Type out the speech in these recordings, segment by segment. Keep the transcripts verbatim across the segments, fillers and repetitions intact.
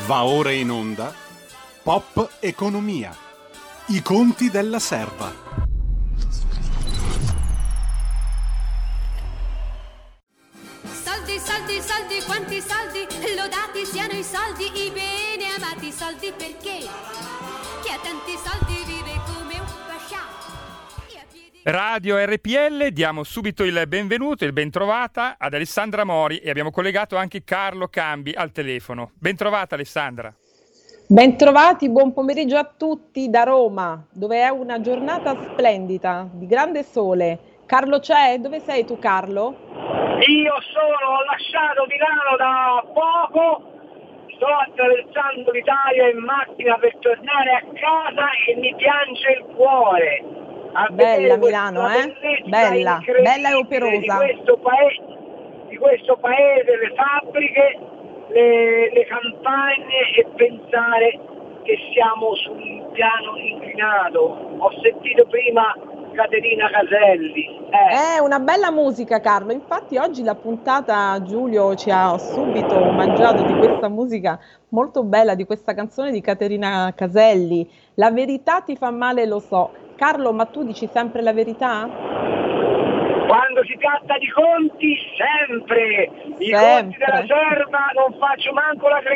Va ora in onda Pop Economia. I conti della serva. Soldi, soldi, soldi, quanti soldi, lodati siano i soldi, i bene amati soldi, perché chi ha tanti soldi vive come un pascià. Radio R P L, diamo subito il benvenuto, il bentrovata ad Alessandra Mori e abbiamo collegato anche Carlo Cambi al telefono. Bentrovata Alessandra. Bentrovati, buon pomeriggio a tutti da Roma, dove è una giornata splendida, di grande sole. Carlo c'è? Dove sei tu, Carlo? Io sono, ho lasciato Milano da poco, sto attraversando l'Italia in macchina per tornare a casa e mi piange il cuore. A Bella Milano, eh? Bella, bella e operosa. Di questo paese, di questo paese, le fabbriche, le, le campagne e pensare che siamo su un piano inclinato. Ho sentito prima Caterina Caselli. Eh. È una bella musica, Carlo. Infatti oggi la puntata Giulio ci ha subito mangiato di questa musica molto bella, di questa canzone di Caterina Caselli. La verità ti fa male, lo so. Carlo, ma tu dici sempre la verità? Quando si tratta di conti, sempre. I sempre. Conti della serva non faccio manco la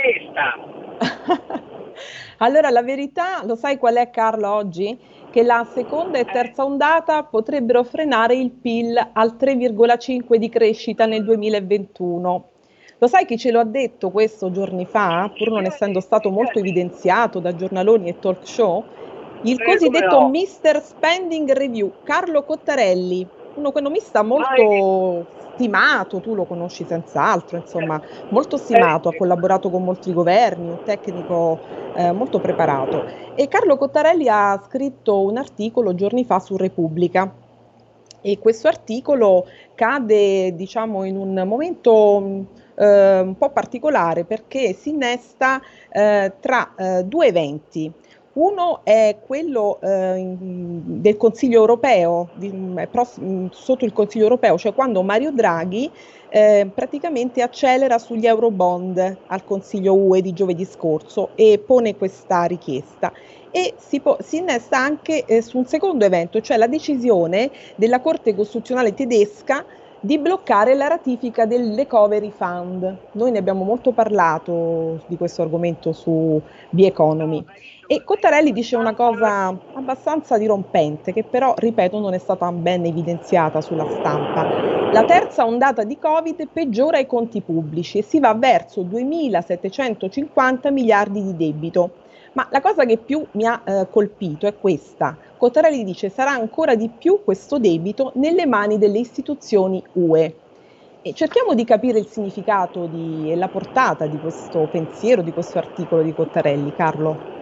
cresta. Allora, la verità, lo sai qual è, Carlo, oggi? Che la seconda e terza ondata potrebbero frenare il P I L al tre virgola cinque di crescita nel duemilaventuno. Lo sai chi ce lo ha detto questo giorni fa, pur non essendo stato molto evidenziato da giornaloni e talk show? Il cosiddetto mister Spending Review, Carlo Cottarelli, un economista molto stimato, tu lo conosci senz'altro, insomma, molto stimato, ha collaborato con molti governi, un tecnico eh, molto preparato. E Carlo Cottarelli ha scritto un articolo giorni fa su Repubblica e questo articolo cade, diciamo, in un momento eh, un po' particolare perché si innesta eh, tra eh, due eventi. Uno è quello eh, del Consiglio europeo, di, pross- sotto il Consiglio europeo, cioè quando Mario Draghi eh, praticamente accelera sugli Eurobond al Consiglio U E di giovedì scorso e pone questa richiesta. E si, po- si innesta anche eh, su un secondo evento, cioè la decisione della Corte Costituzionale tedesca di bloccare la ratifica del Recovery Fund. Noi ne abbiamo molto parlato di questo argomento su The Economy. E Cottarelli dice una cosa abbastanza dirompente, che però, ripeto, non è stata ben evidenziata sulla stampa. La terza ondata di Covid peggiora i conti pubblici e si va verso duemilasettecentocinquanta miliardi di debito. Ma la cosa che più mi ha eh, colpito è questa. Cottarelli dice che sarà ancora di più questo debito nelle mani delle istituzioni U E. E cerchiamo di capire il significato di, e la portata di questo pensiero, di questo articolo di Cottarelli, Carlo.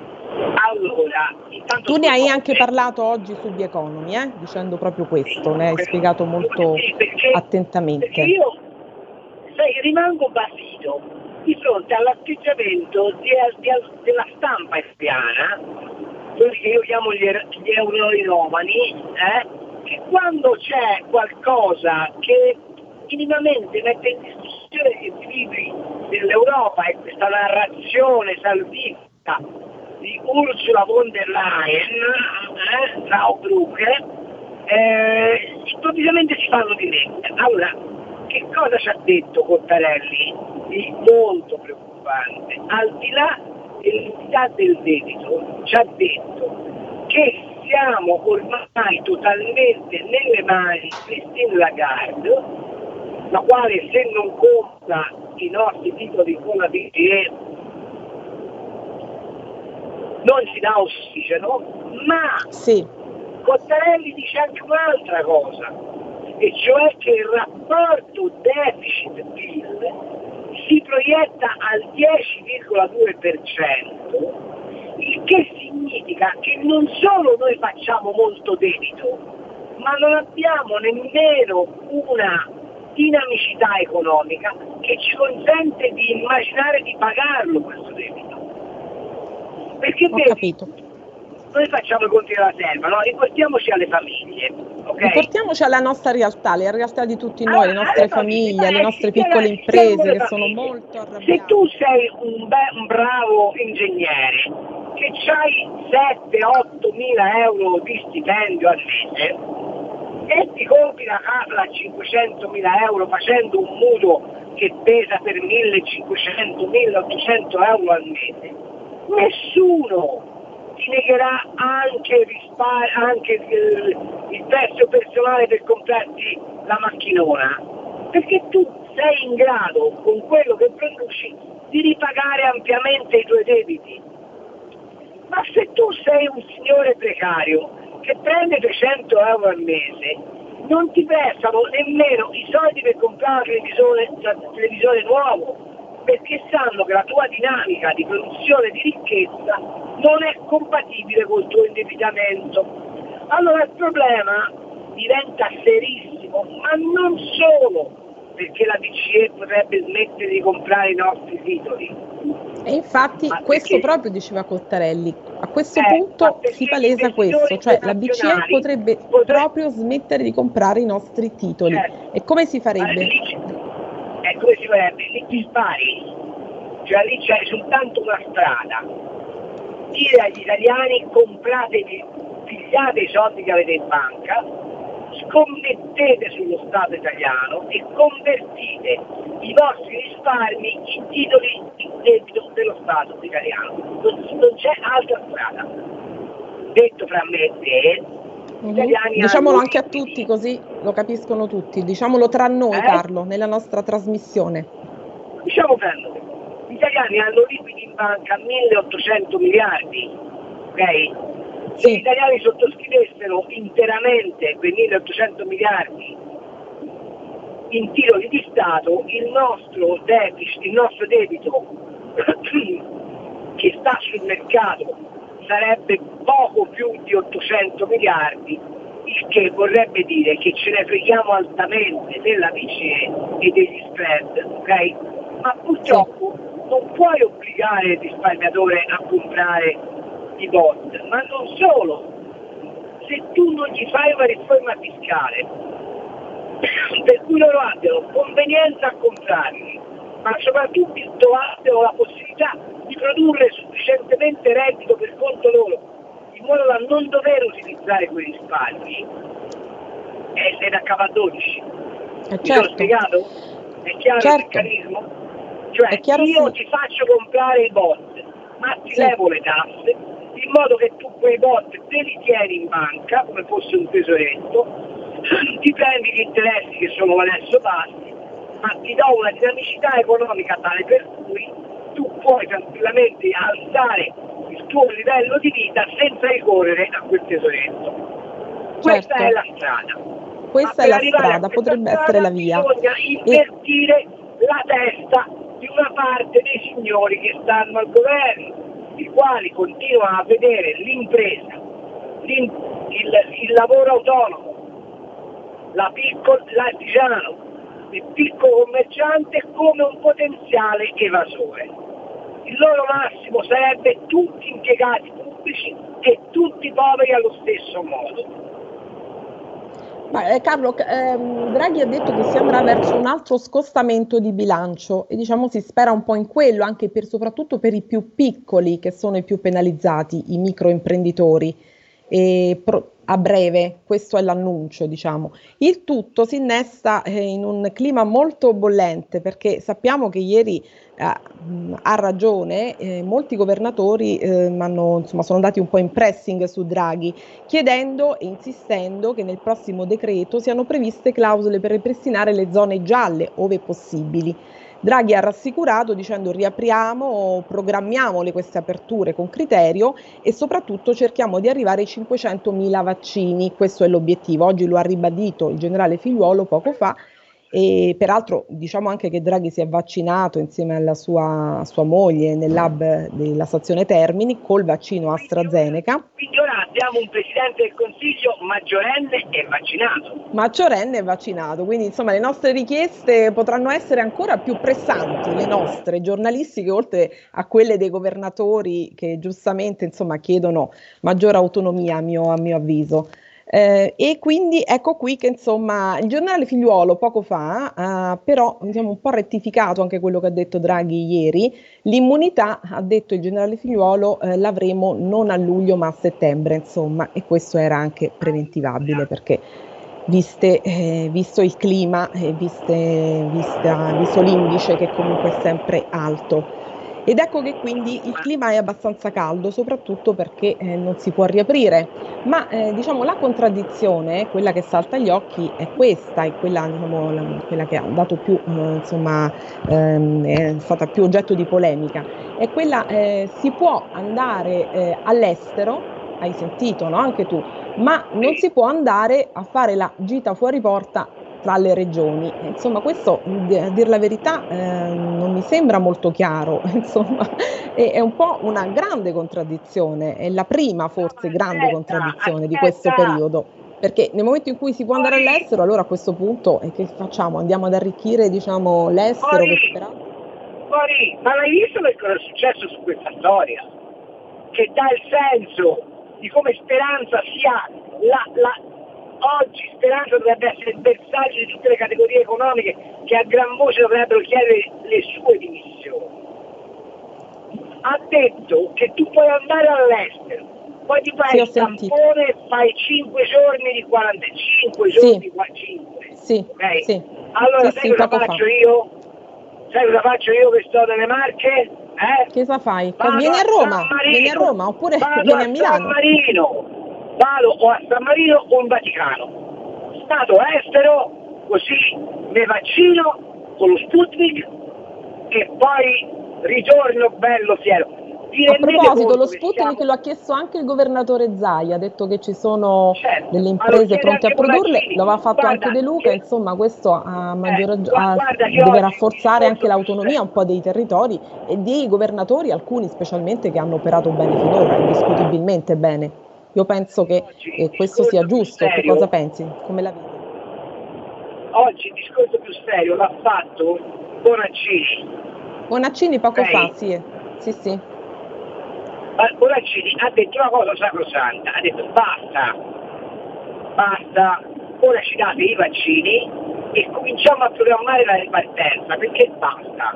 Allora, tu ne hai anche parlato oggi su The Economy, eh? Dicendo proprio questo, ne hai spiegato molto sì, perché, attentamente. Perché io sai, rimango basito di fronte all'atteggiamento di, di, della stampa italiana, quelli che io chiamo gli, gli euroinomani, eh? Che quando c'è qualcosa che minimamente mette in discussione gli equilibri dell'Europa e questa narrazione salvista di Ursula von der Leyen, eh, Frau Brugge, eh, improvvisamente si fanno di mente. Allora, che cosa ci ha detto Cottarelli di molto preoccupante? Al di là dell'entità del debito, ci ha detto che siamo ormai totalmente nelle mani di Christine Lagarde, la quale se non compra i nostri titoli con la B C E non si dà ossigeno, ma sì. Cottarelli dice anche un'altra cosa, e cioè che il rapporto deficit-P I L si proietta al dieci virgola due per cento, il che significa che non solo noi facciamo molto debito, ma non abbiamo nemmeno una dinamicità economica che ci consente di immaginare di pagarlo questo debito. Perché Ho vedi, capito. noi facciamo i conti della serva, no? Riportiamoci alle famiglie, ok? Riportiamoci alla nostra realtà, la realtà di tutti noi, le nostre famiglie, le nostre piccole imprese che sono molto arrabbiate. Se tu sei un, be- un bravo ingegnere, che c'hai sette otto mila euro di stipendio al mese e ti compri la casa a cinquecentomila euro facendo un mutuo che pesa per millecinquecento milleottocento euro al mese, nessuno ti negherà anche, rispar- anche il, il prezzo personale per comprarti la macchinona, perché tu sei in grado, con quello che produci, di ripagare ampiamente i tuoi debiti. Ma se tu sei un signore precario che prende trecento euro al mese, non ti prestano nemmeno i soldi per comprare la televisione, la televisione nuovo, perché sanno che la tua dinamica di produzione di ricchezza non è compatibile col tuo indebitamento. Allora il problema diventa serissimo, ma non solo perché la B C E potrebbe smettere di comprare i nostri titoli. E infatti Ma questo perché? proprio diceva Cottarelli, a questo Eh, punto ma perché si palesa gli questo, investitori cioè la B C E internazionali potrebbe potre- proprio smettere di comprare i nostri titoli. Certo. E come si Ma farebbe? lì ci- è come si farebbe? Lì ti spari, cioè lì c'è soltanto una strada. Dire agli italiani: compratevi, pigliate i soldi che avete in banca, scommettete sullo Stato italiano e convertite i vostri risparmi in titoli di debito dello Stato italiano. Non, non c'è altra strada. Detto fra me e te, Mhm. gli italiani Diciamolo hanno anche a liquidi. tutti così lo capiscono tutti, diciamolo tra noi Eh? Carlo, nella nostra trasmissione. Diciamo fra noi, gli italiani hanno liquidi in banca milleottocento miliardi, ok? Se Sì. gli italiani sottoscrivessero interamente quei milleottocento miliardi in titoli di Stato, il nostro deficit, il nostro debito che sta sul mercato sarebbe poco più di ottocento miliardi, il che vorrebbe dire che ce ne freghiamo altamente della B C E e degli spread, ok? Ma purtroppo non puoi obbligare il risparmiatore a comprare i bond, ma non solo. Se tu non gli fai una riforma fiscale per cui loro abbiano convenienza a comprarli, ma soprattutto abbiano la possibilità di produrre sufficientemente reddito per conto loro, in modo da non dover utilizzare quei risparmi, e sei da capo a dodici. Eh, Mi sono certo. spiegato? È chiaro Certo. il meccanismo? Cioè, È chiaro, io sì. ti faccio comprare i bot, ma ti Sì. levo le tasse, in modo che tu quei bot te li tieni in banca, come fosse un tesoretto, ti prendi gli interessi che sono adesso bassi, ma ti do una dinamicità economica tale per cui tu puoi tranquillamente alzare il tuo livello di vita senza ricorrere a quel tesoretto. Questa Certo. è la strada. Questa Ma è per la arrivare a strada, questa potrebbe strada essere la via. Bisogna invertire la testa di una parte dei signori che stanno al governo, i quali continuano a vedere l'impresa, l'im- il, il lavoro autonomo, la piccol- l'artigiano, il piccolo commerciante come un potenziale evasore. Il loro massimo sarebbe tutti impiegati pubblici e tutti poveri allo stesso modo. Ma, eh, Carlo, ehm, Draghi ha detto che si andrà verso un altro scostamento di bilancio e diciamo si spera un po' in quello, anche per, soprattutto per i più piccoli che sono i più penalizzati, i microimprenditori. E pro- a breve, questo è l'annuncio, diciamo. Il tutto si innesta eh, in un clima molto bollente perché sappiamo che ieri eh, ha ragione, eh, molti governatori eh, hanno, insomma, sono andati un po' in pressing su Draghi, chiedendo e insistendo che nel prossimo decreto siano previste clausole per ripristinare le zone gialle, ove possibili. Draghi ha rassicurato dicendo riapriamo, programmiamo le queste aperture con criterio e soprattutto cerchiamo di arrivare ai cinquecentomila vaccini, questo è l'obiettivo. Oggi lo ha ribadito il generale Figliuolo poco fa E peraltro diciamo anche che Draghi si è vaccinato insieme alla sua, sua moglie nel lab della stazione Termini col vaccino AstraZeneca. Quindi ora abbiamo un Presidente del Consiglio maggiorenne e vaccinato. Maggiorenne e vaccinato, quindi insomma le nostre richieste potranno essere ancora più pressanti, le nostre giornalistiche, oltre a quelle dei governatori che giustamente insomma chiedono maggiore autonomia a mio, a mio avviso. Eh, e quindi ecco qui che insomma il giornale Figliuolo poco fa ha però diciamo, un po' rettificato anche quello che ha detto Draghi ieri. L'immunità, ha detto il generale Figliuolo, eh, l'avremo non a luglio ma a settembre, insomma, e questo era anche preventivabile perché viste, eh, visto il clima e viste, vista, visto l'indice che comunque è sempre alto. Ed ecco che quindi il clima è abbastanza caldo, soprattutto perché eh, non si può riaprire, ma eh, diciamo la contraddizione, quella che salta agli occhi è questa, è quella, diciamo, la, quella che ha dato più, eh, insomma, ehm, è stata più oggetto di polemica, è quella eh, si può andare eh, all'estero, hai sentito, no? Anche tu, ma non si può andare a fare la gita fuori porta tra le regioni. Insomma, questo, a dir la verità, eh, non mi sembra molto chiaro, insomma, è, è un po' una grande contraddizione, è la prima forse grande contraddizione di questo periodo, perché nel momento in cui si può andare all'estero, allora a questo punto e che facciamo? Andiamo ad arricchire, diciamo, l'estero? Fuori, che spera... fuori, ma l'hai visto che cosa è successo su questa storia? Che dà il senso di come Speranza sia la... la oggi Speranza dovrebbe essere il bersaglio di tutte le categorie economiche che a gran voce dovrebbero chiedere le sue dimissioni. Ha detto che tu puoi andare all'estero, poi ti fai il tampone e fai cinque giorni di quarantacinque sì. giorni di cinque. Sì, okay? sì. Allora sì, sai sì, cosa faccio fa. io? Sai cosa faccio io che sto nelle Marche? Eh? Che cosa fai? Vado vieni a Roma, a vieni a Roma oppure vado vieni a, a Milano. San Marino. Vado o a San Marino o in Vaticano. Stato estero, così mi vaccino con lo Sputnik e poi ritorno bello fiero. Vi a proposito, lo Sputnik siamo... lo ha chiesto anche il governatore Zaia, ha detto che ci sono certo, delle imprese pronte a produrle, lo aveva fatto guarda, anche De Luca, che... insomma questo a maggior eh, ragione deve rafforzare anche l'autonomia un po' dei territori e dei governatori, alcuni specialmente che hanno operato bene finora, indiscutibilmente bene. Io penso che eh, questo sia giusto. Che cosa pensi? Come la vedi? Oggi il discorso più serio l'ha fatto Bonaccini. Bonaccini poco okay. fa, sì. Sì, sì. Bonaccini ha detto una cosa sacrosanta, ha detto basta, basta, ora ci date i vaccini e cominciamo a programmare la ripartenza, perché basta.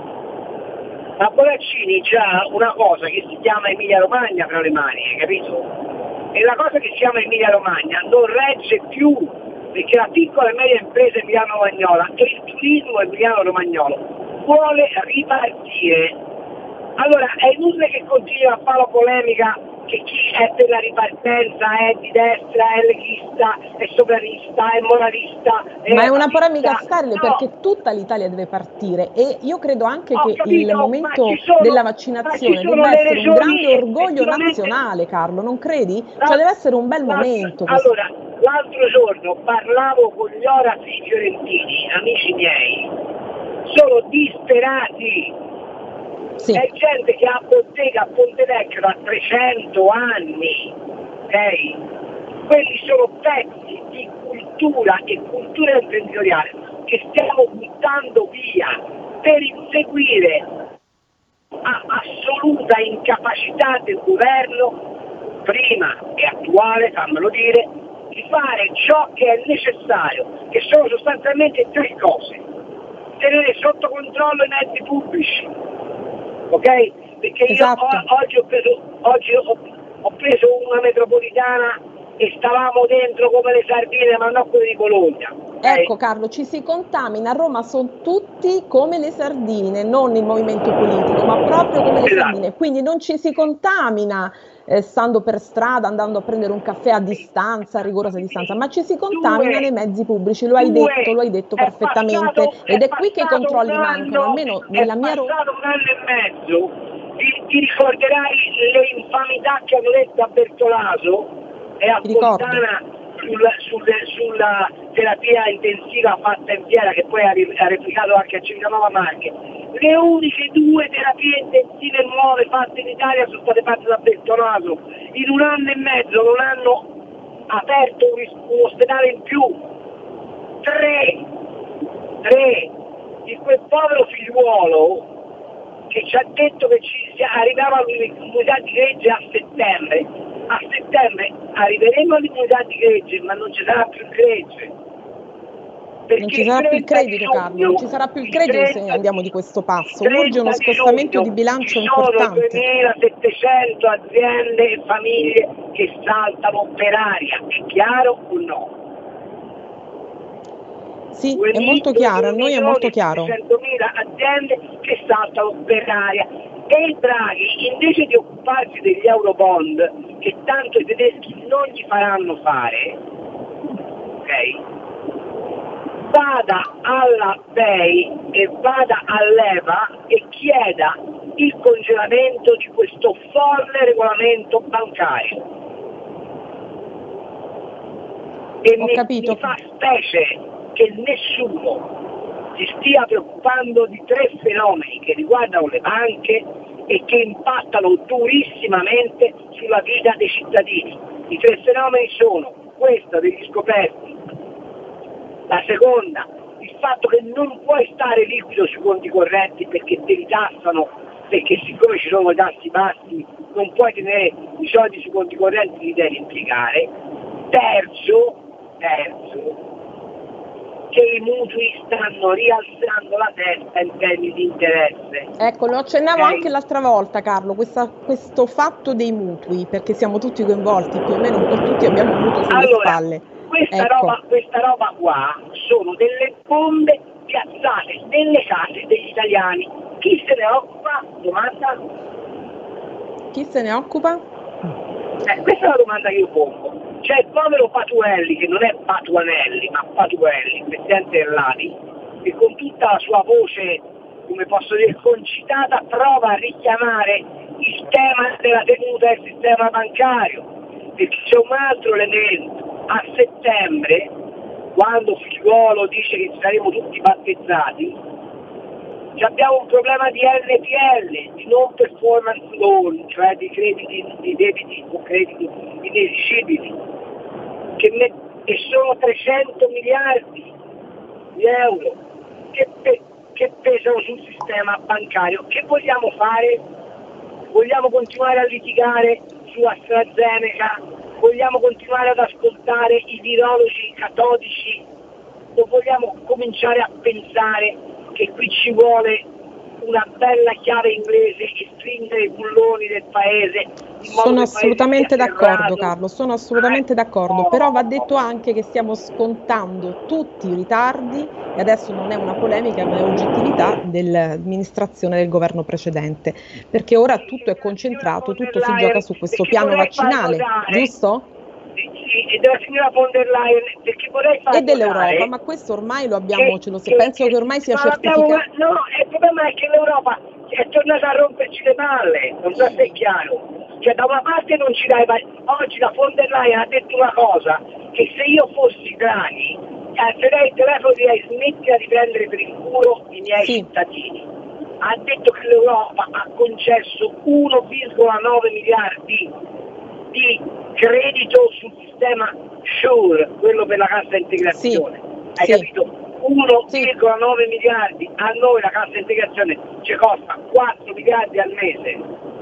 Ma Bonaccini c'ha una cosa che si chiama Emilia Romagna fra le mani, hai capito? E la cosa che si chiama Emilia Romagna non regge più, perché la piccola e media impresa emiliano-romagnola e il turismo emiliano-romagnolo vuole ripartire. Allora è inutile che continui a fare la polemica che chi è per la ripartenza è di destra, è leghista, è sovranista, è moralista. È ma è una polemica sterile, no. perché tutta l'Italia deve partire e io credo anche Ho che capito, il momento sono, della vaccinazione debba essere un grande orgoglio nazionale, Carlo, non credi? La, cioè deve essere un bel la, momento. Allora, l'altro giorno parlavo con gli orafi fiorentini, amici miei, sono disperati. Sì. È gente che ha bottega a Ponte Vecchio da trecento anni, ok? Quelli sono pezzi di cultura e cultura imprenditoriale che stiamo buttando via per inseguire a assoluta incapacità del governo, prima e attuale, fammelo dire, di fare ciò che è necessario, che sono sostanzialmente tre cose: tenere sotto controllo i mezzi pubblici, ok? Perché esatto. io ho, oggi, ho preso, oggi ho, ho preso una metropolitana e stavamo dentro come le sardine, ma non quelle di Bologna. Okay? Ecco Carlo, ci si contamina, a Roma sono tutti come le sardine, non il movimento politico, ma proprio come le esatto. sardine, quindi non ci si contamina eh, stando per strada, andando a prendere un caffè a distanza, a rigorosa distanza, ma ci si contamina nei mezzi pubblici, lo hai Due, detto, lo hai detto è perfettamente, passato, ed è, è qui che i controlli anno, mancano, almeno nella mia Roma. È passato un anno e mezzo, ti, ti ricorderai le infamità che hanno detto a Bertolaso e a Fontana sul, sul, sulla terapia intensiva fatta in Fiera, che poi ha, ha replicato anche a Civitanova Marche. Le uniche due terapie intensive nuove fatte in Italia sono state fatte da Bertolaso. In un anno e mezzo non hanno aperto un, un ospedale in più. Tre, tre, di quel povero figliuolo che ci ha detto che ci arrivava all'immunità di gregge a settembre. A settembre arriveremo all'immunità di gregge, ma non ci sarà più il gregge. Perché non ci sarà più il credito, Carlo, non ci sarà più il credito se andiamo di questo passo. Urge uno scostamento di bilancio importante. Ci sono duemilasettecento aziende e famiglie che saltano per aria, è chiaro o no? Sì, è molto chiaro, a noi è molto chiaro. duecentomila aziende che saltano per aria e il Draghi, invece di occuparsi degli eurobond, che tanto i tedeschi non gli faranno fare, ok? Vada alla B E I e vada all'E V A e chieda il congelamento di questo folle regolamento bancario. E Ho mi, capito. mi fa specie che nessuno si stia preoccupando di tre fenomeni che riguardano le banche e che impattano durissimamente sulla vita dei cittadini. I tre fenomeni sono questo degli scoperti, la seconda, il fatto che non puoi stare liquido sui conti correnti perché te li tassano, perché siccome ci sono i tassi bassi non puoi tenere i soldi sui conti correnti, li devi impiegare. Terzo, terzo, che i mutui stanno rialzando la testa in termini di interesse. Ecco, lo accennavo okay. anche l'altra volta, Carlo, questa, questo fatto dei mutui, perché siamo tutti coinvolti, più o meno un po' tutti abbiamo un mutuo sulle allora, spalle. Questa, ecco. roba, questa roba qua sono delle bombe piazzate nelle case degli italiani. Chi se ne occupa? Domanda? Chi se ne occupa? Eh, questa è la domanda che io pongo. C'è il povero Patuelli, che non è Patuanelli, ma Patuelli, il presidente dell'A D I, che con tutta la sua voce, come posso dire, concitata, prova a richiamare il tema della tenuta del sistema bancario. Perché c'è un altro elemento. A settembre, quando Figliuolo dice che saremo tutti battezzati, abbiamo un problema di N P L, di non performance loan, cioè di crediti, di debiti o crediti inesigibili, che, me, che sono trecento miliardi di euro che, pe, che pesano sul sistema bancario. Che vogliamo fare? Vogliamo continuare a litigare su AstraZeneca? Vogliamo continuare ad ascoltare i virologi catodici? O vogliamo cominciare a pensare che qui ci vuole una bella chiave inglese e stringere i bulloni del paese? Sono assolutamente d'accordo, Carlo, sono assolutamente d'accordo, però va detto anche che stiamo scontando tutti i ritardi, e adesso non è una polemica ma è oggettività, dell'amministrazione del governo precedente, perché ora tutto è concentrato, tutto si gioca su questo piano vaccinale, giusto? Sì, e della signora von der Leyen, perché vorrei fare e dell'Europa, ma questo ormai lo abbiamo, ce lo che, penso che, che ormai sia certificato. No, il problema è che l'Europa è tornata a romperci le palle, non so se è chiaro. Cioè da una parte non ci dai, oggi la von der Leyen ha detto una cosa, che se io fossi Draghi, alzerei il telefono e direi smettila di prendere per il culo i miei sì. cittadini. Ha detto che l'Europa ha concesso uno virgola nove miliardi di credito sul sistema SURE, quello per la cassa integrazione. Sì, hai sì. capito? uno virgola nove sì. miliardi, a noi la cassa integrazione ci costa quattro miliardi al mese.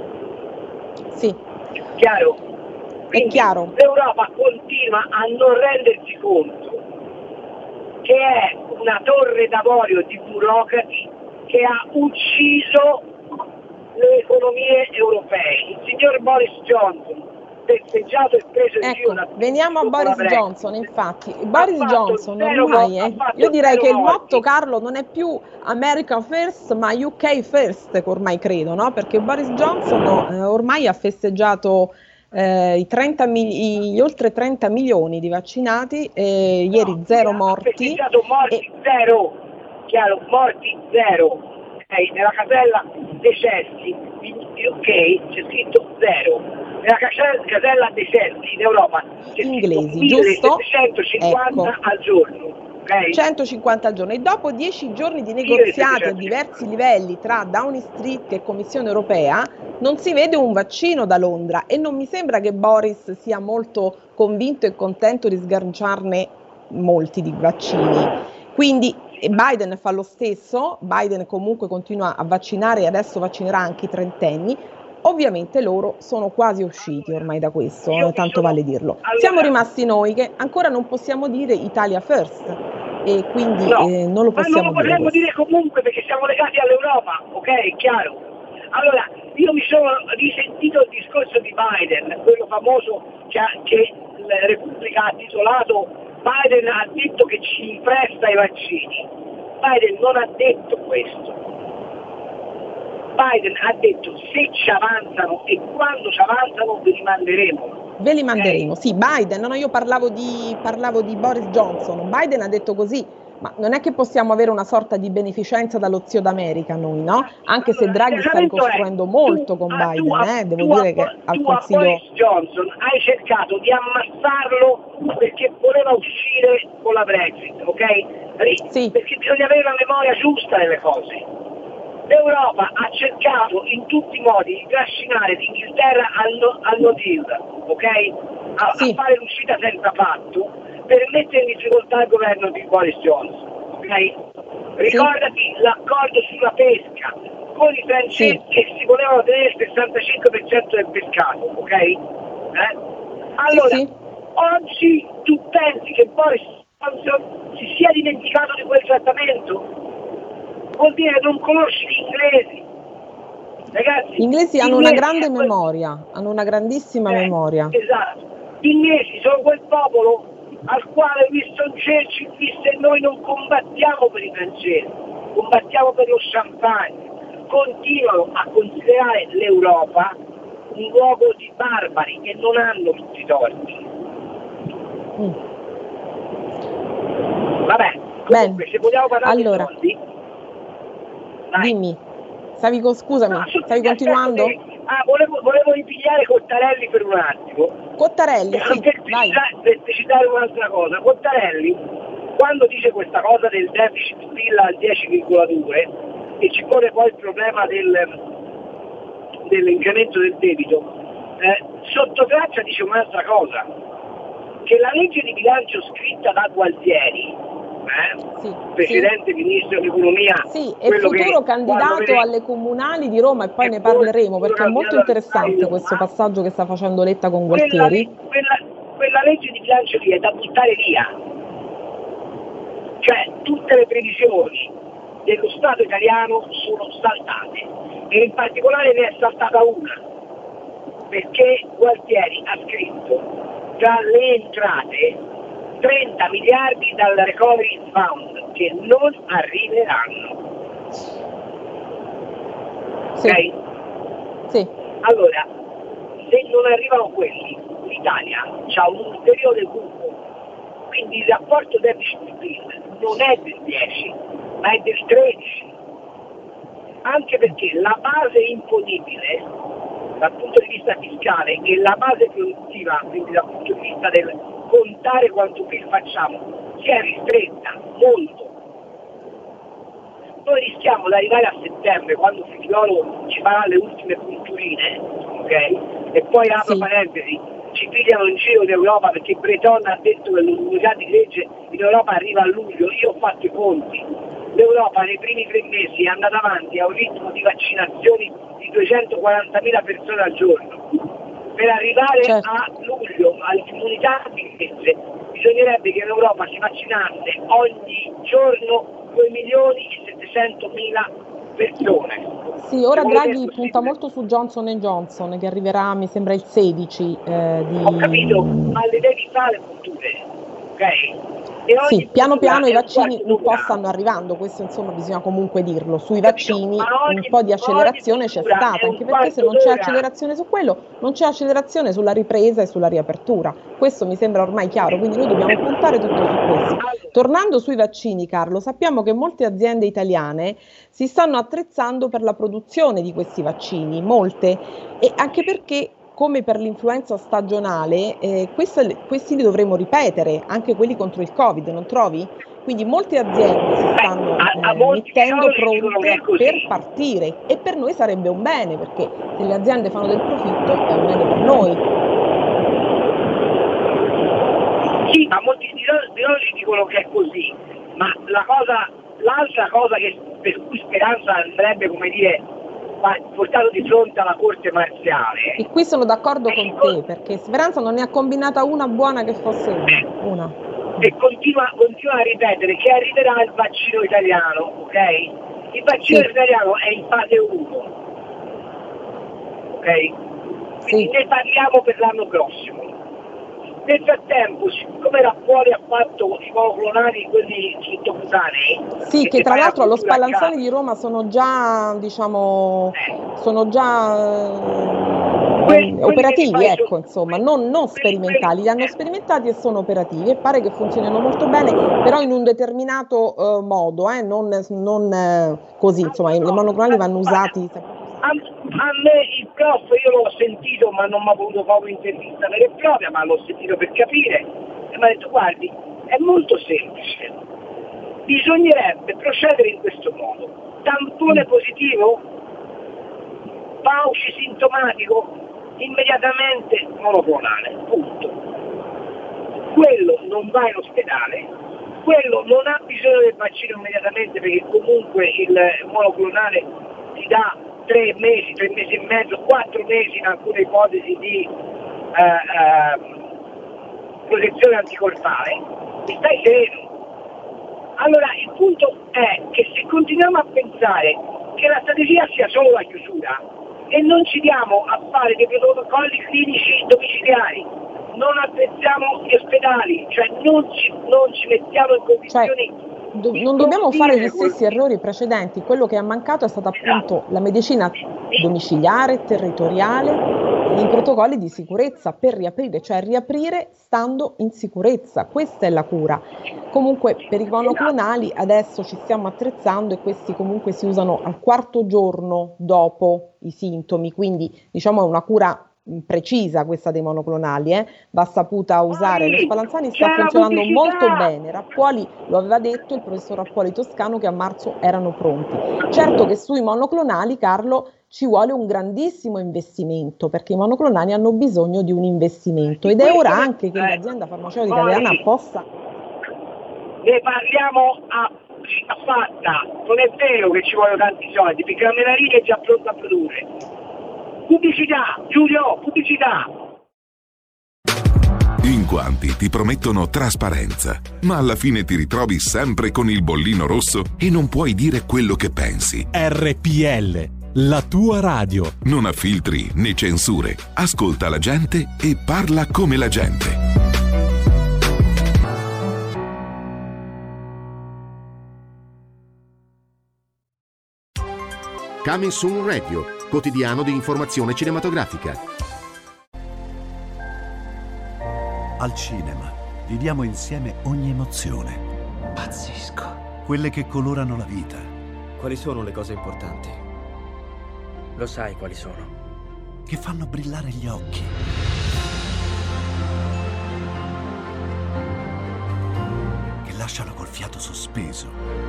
Sì. Chiaro? Quindi è chiaro. L'Europa continua a non rendersi conto che è una torre d'avorio di burocrati che ha ucciso le economie europee. Il signor Boris Johnson, festeggiato e preso in ecco, giro da veniamo a Boris Johnson, infatti. Boris Johnson ormai è, io direi che il motto, Carlo, non è più America First ma U K First, ormai credo, no? Perché Boris Johnson eh, ormai ha festeggiato eh, i trenta mil- gli oltre trenta milioni di vaccinati, e no, ieri zero morti. Ha festeggiato morti e... zero, chiaro, morti zero. Nella casella decessi, ok c'è scritto zero, nella casella, casella deserti in Europa c'è inglesi, giusto? millesettecentocinquanta Ecco. al giorno. Okay. centocinquanta al giorno, e dopo dieci giorni di negoziati a diversi livelli tra Downing Street e Commissione Europea non si vede un vaccino da Londra, e non mi sembra che Boris sia molto convinto e contento di sganciarne molti di vaccini. Quindi Biden fa lo stesso, Biden comunque continua a vaccinare e adesso vaccinerà anche i trentenni. Ovviamente loro sono quasi usciti ormai da questo, eh, tanto vale dirlo. Siamo rimasti noi che ancora non possiamo dire Italia first, e quindi no, eh, non lo possiamo ma non lo potremmo dire, dire comunque, perché siamo legati all'Europa, ok? Chiaro. Allora, io mi sono risentito il discorso di Biden, quello famoso che, ha, che la Repubblica ha titolato "Biden ha detto che ci presta i vaccini". Biden non ha detto questo. Biden ha detto se ci avanzano e quando ci avanzano ve li manderemo. Ve li manderemo, okay. Sì, Biden, no, io parlavo di, parlavo di Boris Johnson. Biden ha detto così, ma non è che possiamo avere una sorta di beneficenza dallo zio d'America noi, no? Anche se Draghi sta ricostruendo molto con Biden, eh? Devo dire che al Consiglio... Tu a Boris Johnson hai cercato di ammassarlo perché voleva uscire con la Brexit, ok? Sì. Perché bisogna avere la memoria giusta delle cose. L'Europa ha cercato in tutti i modi di trascinare l'Inghilterra al no, al no deal, ok? A, sì. a fare l'uscita senza patto per mettere in difficoltà il governo di Boris Johnson, ok? Ricordati sì. l'accordo sulla pesca con i francesi sì. che si volevano tenere il sessantacinque per cento del pescato, ok? Eh? Allora, sì, sì. oggi tu pensi che Boris Johnson si sia dimenticato di quel trattamento? Vuol dire che non conosci gli inglesi. Ragazzi, gli inglesi hanno una grande quel... memoria, hanno una grandissima eh, memoria. Esatto. Gli inglesi sono quel popolo al quale Winston Churchill disse: noi non combattiamo per i francesi, combattiamo per lo champagne. Continuano a considerare l'Europa un luogo di barbari che non hanno tutti i torti. Mm. Vabbè, comunque, Beh, se vogliamo parlare allora. di soldi, Dai. Dimmi, stavi con, scusami, no, stavi continuando? Che, ah, volevo, volevo ripigliare Cottarelli per un attimo. Cottarelli, sì, per, vai. Citare, per citare un'altra cosa, Cottarelli, quando dice questa cosa del deficit PIL al dieci virgola due e ci pone poi il problema del, dell'incremento del debito, eh, sotto traccia dice un'altra cosa, che la legge di bilancio scritta da Gualtieri, Eh? Sì, Presidente, sì. Ministro dell'Economia, sì, e futuro candidato vede... alle comunali di Roma, e poi e ne parleremo perché è molto interessante questo passaggio che sta facendo Letta con Gualtieri. Quella, quella, quella legge di bilancio lì è da buttare via, cioè tutte le previsioni dello Stato italiano sono saltate, e in particolare ne è saltata una, perché Gualtieri ha scritto tra le entrate trenta miliardi dal Recovery Fund che non arriveranno. Sì. Ok? Sì. Allora, se non arrivano quelli, l'Italia ha un ulteriore buco, quindi il rapporto deficit-PIL non è del dieci, ma è del tredici. Anche perché la base imponibile dal punto di vista fiscale e la base produttiva, quindi dal punto di vista del contare quanto PIL facciamo, si è ristretta molto. Noi rischiamo di arrivare a settembre, quando Figliolo ci farà le ultime punturine, ok? E poi apro sì. parentesi, ci pigliano in giro d'Europa perché Breton ha detto che l'unità di legge in Europa arriva a luglio. Io ho fatto i conti. L'Europa nei primi tre mesi è andata avanti a un ritmo di vaccinazioni di duecentoquarantamila persone al giorno. Per arrivare certo. a luglio all'immunità di legge bisognerebbe che in Europa si vaccinasse ogni giorno due milioni e settecentomila persone. Sì, ora Draghi punta molto su Johnson and Johnson, che arriverà mi sembra il sedici eh, di... Ho capito, ma le devi fare punture, ok? Sì, piano piano i vaccini un po' stanno arrivando, questo insomma bisogna comunque dirlo, sui vaccini un po' di accelerazione c'è stata, anche perché se non c'è accelerazione su quello non c'è accelerazione sulla ripresa e sulla riapertura, questo mi sembra ormai chiaro, quindi noi dobbiamo puntare tutto su questo. Tornando sui vaccini, Carlo, sappiamo che molte aziende italiane si stanno attrezzando per la produzione di questi vaccini, molte, e anche perché come per l'influenza stagionale, eh, questa, questi li dovremo ripetere, anche quelli contro il Covid, non trovi? Quindi molte aziende si stanno eh, mettendo pronte per partire e per noi sarebbe un bene, perché se le aziende fanno del profitto è un bene per noi. Sì, ma molti di loro ci dicono che è così, ma la cosa, l'altra cosa che, per cui Speranza andrebbe, come dire, portato di fronte alla corte marziale. E qui sono d'accordo con te, perché Speranza non ne ha combinata una buona che fosse una. una. E continua, continua a ripetere che arriverà il vaccino italiano, ok? Il vaccino sì. italiano è in fase uno, ok? Quindi sì. ne parliamo per l'anno prossimo. Nel frattempo, siccome Rappuoli ha fatto i monoclonali, quelli sottocutanei, sì, che, che tra l'altro allo Spallanzani di Roma sono già, diciamo, eh. sono già quelli, eh, operativi, ecco, so, insomma, non, non sperimentali, li hanno sperimentati e sono operativi e pare che funzionino molto bene, però in un determinato uh, modo, eh, non, non eh, così, insomma, i monoclonali vanno usati. A, a me il prof io l'ho sentito, ma non mi ha voluto fare un'intervista vera e propria, ma l'ho sentito per capire e mi ha detto guardi, è molto semplice, bisognerebbe procedere in questo modo: tampone positivo, Fauci sintomatico, immediatamente monoclonale, punto. Quello non va in ospedale, quello non ha bisogno del vaccino immediatamente, perché comunque il monoclonale ti dà tre mesi, tre mesi e mezzo, quattro mesi in alcune ipotesi di eh, eh, protezione anticorpale, e stai sereno. Allora il punto è che se continuiamo a pensare che la strategia sia solo la chiusura e non ci diamo a fare dei protocolli clinici domiciliari, non attrezziamo gli ospedali, cioè non ci, non ci mettiamo in condizioni... Cioè... Do- non dobbiamo fare gli stessi errori precedenti, quello che è mancato è stata appunto la medicina domiciliare, territoriale, i protocolli di sicurezza per riaprire, cioè riaprire stando in sicurezza, questa è la cura. Comunque per i monoclonali adesso ci stiamo attrezzando e questi comunque si usano al quarto giorno dopo i sintomi, quindi diciamo è una cura precisa questa dei monoclonali, eh? Va saputa usare. Lo Spallanzani sta funzionando molto bene. Rappuoli lo aveva detto, il professor Rappuoli Toscano, che a marzo erano pronti. Certo che sui monoclonali, Carlo, ci vuole un grandissimo investimento, perché i monoclonali hanno bisogno di un investimento ed è ora anche che l'azienda farmaceutica italiana possa... Ne parliamo a, a fatta, non è vero che ci vogliono tanti soldi, perché la Menarini è già pronta a produrre. Pubblicità, Giulio, pubblicità! In quanti ti promettono trasparenza, ma alla fine ti ritrovi sempre con il bollino rosso e non puoi dire quello che pensi. R P L, la tua radio. Non ha filtri né censure. Ascolta la gente e parla come la gente. Coming Soon Radio, quotidiano di informazione cinematografica. Al cinema viviamo insieme ogni emozione. Pazzesco. Quelle che colorano la vita. Quali sono le cose importanti? Lo sai quali sono. Che fanno brillare gli occhi. Che lasciano col fiato sospeso.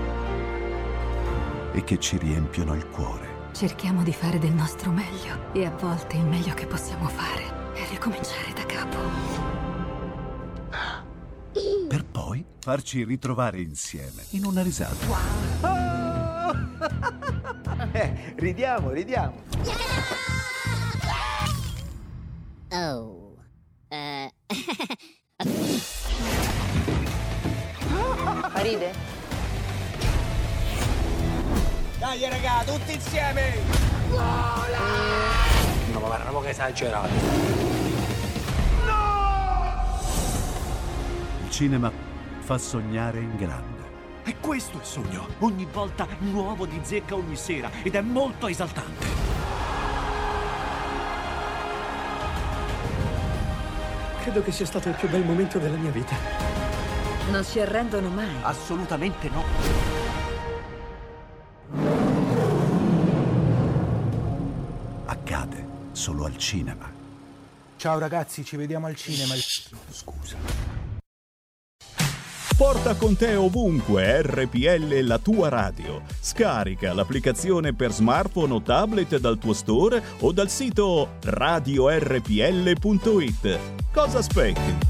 E che ci riempiono il cuore. Cerchiamo di fare del nostro meglio e a volte il meglio che possiamo fare è ricominciare da capo. Per poi farci ritrovare insieme in una risata. Wow. eh, ridiamo, ridiamo. Oh. Uh. Ride? Dai raga, tutti insieme! Vola! No, ma guarda, che esagerato. No! Il cinema fa sognare in grande. E questo è il sogno. Ogni volta nuovo di zecca ogni sera ed è molto esaltante. Credo che sia stato il più bel momento della mia vita. Non si arrendono mai. Assolutamente no. Accade solo al cinema. Ciao ragazzi, ci vediamo al cinema. Scusa. Porta con te ovunque R P L, la tua radio. Scarica l'applicazione per smartphone o tablet dal tuo store o dal sito radio r p l punto i t. Cosa aspetti?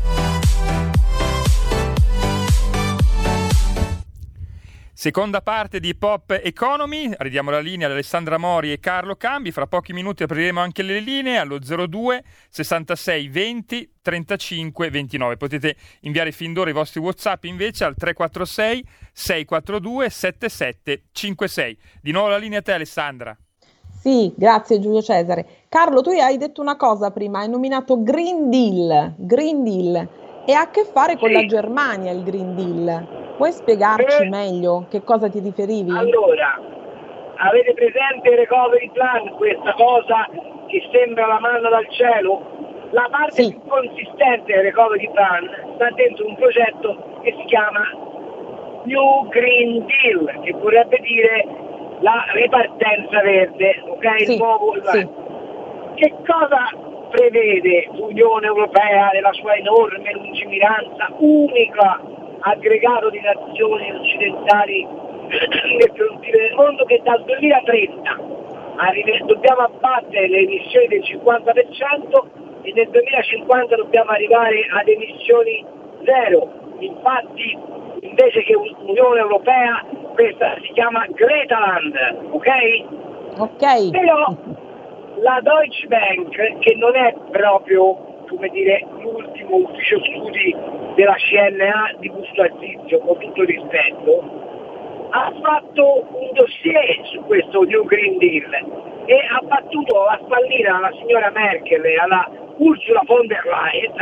Seconda parte di Pop Economy, ridiamo la linea ad Alessandra Mori e Carlo Cambi, fra pochi minuti apriremo anche le linee allo zero due sessantasei venti trentacinque ventinove. Potete inviare fin d'ora i vostri WhatsApp invece al tre quattro sei sei quattro due sette sette cinque sei. Di nuovo la linea a te Alessandra. Sì, grazie Giulio Cesare. Carlo, tu hai detto una cosa prima, hai nominato Green Deal, Green Deal, e ha a che fare con sì. la Germania il Green Deal. Puoi spiegarci eh, meglio che cosa ti riferivi? Allora, avete presente il recovery plan, questa cosa che sembra la manna dal cielo? La parte sì. più consistente del recovery plan sta dentro un progetto che si chiama New Green Deal, che vorrebbe dire la ripartenza verde, ok? Sì, il nuovo sì. Che cosa prevede l'Unione Europea nella sua enorme lungimiranza, unica aggregato di nazioni occidentali nel frontiere del mondo, che dal duemilatrenta arrive, dobbiamo abbattere le emissioni del cinquanta per cento e nel duemilacinquanta dobbiamo arrivare ad emissioni zero. Infatti invece che Unione Europea questa si chiama Gretaland, ok? Ok. Però la Deutsche Bank, che non è proprio, come dire, l'ultimo ufficio studi della C N A di Busto Arsizio, con tutto rispetto, ha fatto un dossier su questo New Green Deal e ha battuto la spallina alla signora Merkel e alla Ursula von der Leyen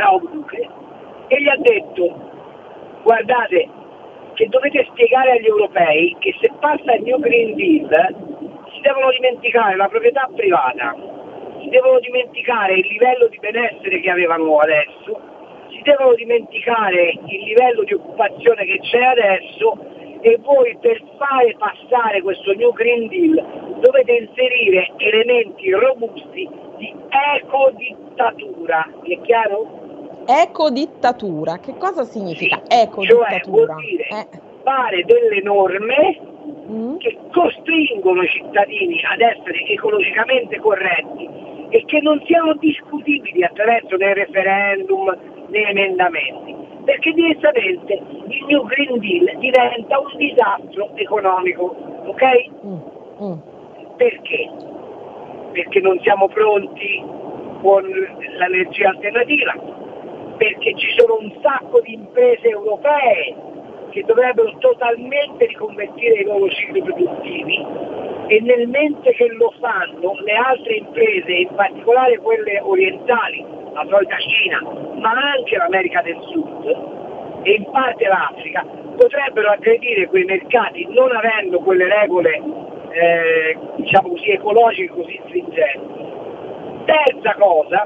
e gli ha detto: guardate che dovete spiegare agli europei che se passa il New Green Deal si devono dimenticare la proprietà privata, si devono dimenticare il livello di benessere che avevano adesso, si devono dimenticare il livello di occupazione che c'è adesso, e voi per fare passare questo New Green Deal dovete inserire elementi robusti di ecodittatura. Vi è chiaro? Ecodittatura, che cosa significa ecodittatura? Cioè vuol dire eh. fare delle norme mm. che costringono i cittadini ad essere ecologicamente corretti e che non siano discutibili attraverso né referendum né emendamenti, perché direttamente il New Green Deal diventa un disastro economico, ok? Mm. Mm. Perché? Perché non siamo pronti con l'energia alternativa, perché ci sono un sacco di imprese europee che dovrebbero totalmente riconvertire i loro cicli produttivi e nel mentre che lo fanno le altre imprese, in particolare quelle orientali, la solita Cina, ma anche l'America del Sud e in parte l'Africa, potrebbero aggredire quei mercati non avendo quelle regole eh, diciamo così ecologiche così stringenti. Terza cosa,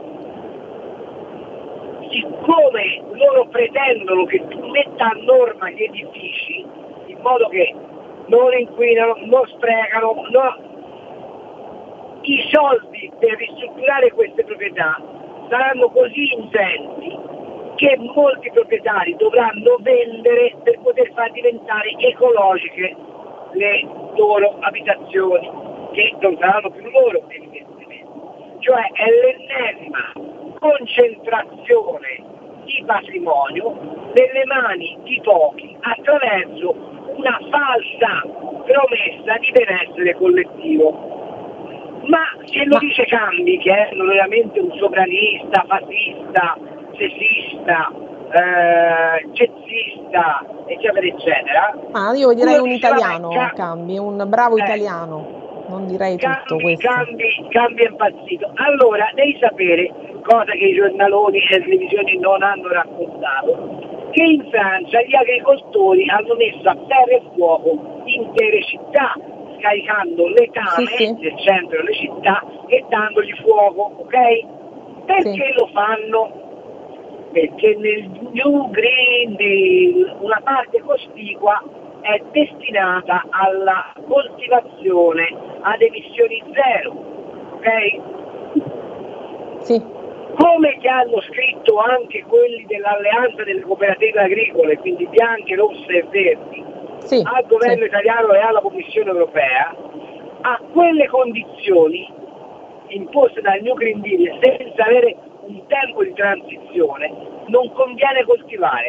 siccome loro pretendono che tu metta a norma gli edifici in modo che non inquinano, non sprecano, no, i soldi per ristrutturare queste proprietà saranno così ingenti che molti proprietari dovranno vendere per poter far diventare ecologiche le loro abitazioni, che non saranno più loro evidentemente. Cioè è l'ennesima concentrazione di patrimonio nelle mani di pochi attraverso una falsa promessa di benessere collettivo. Ma se lo dice Cambi, che è veramente un sovranista, fascista, sessista, eh, jazzista, eccetera, eccetera. Ah, io direi un diceva, italiano, Cam- Cambi, un bravo eh, italiano, non direi Cambi, tutto questo. Cambi, Cambi è impazzito. Allora, devi sapere, cosa che i giornaloni e le televisioni non hanno raccontato, che in Francia gli agricoltori hanno messo a terra e fuoco intere città, scaricando letame Sì, sì. nel centro delle città e dandogli fuoco, ok? Perché Sì. lo fanno? Perché nel New Green Deal una parte cospicua è destinata alla coltivazione ad emissioni zero, ok? Sì. Come che hanno scritto anche quelli dell'alleanza delle cooperative agricole, quindi bianche, rosse e verdi, Sì, al governo sì. italiano e alla Commissione europea, a quelle condizioni imposte dal New Green Deal senza avere un tempo di transizione non conviene coltivare.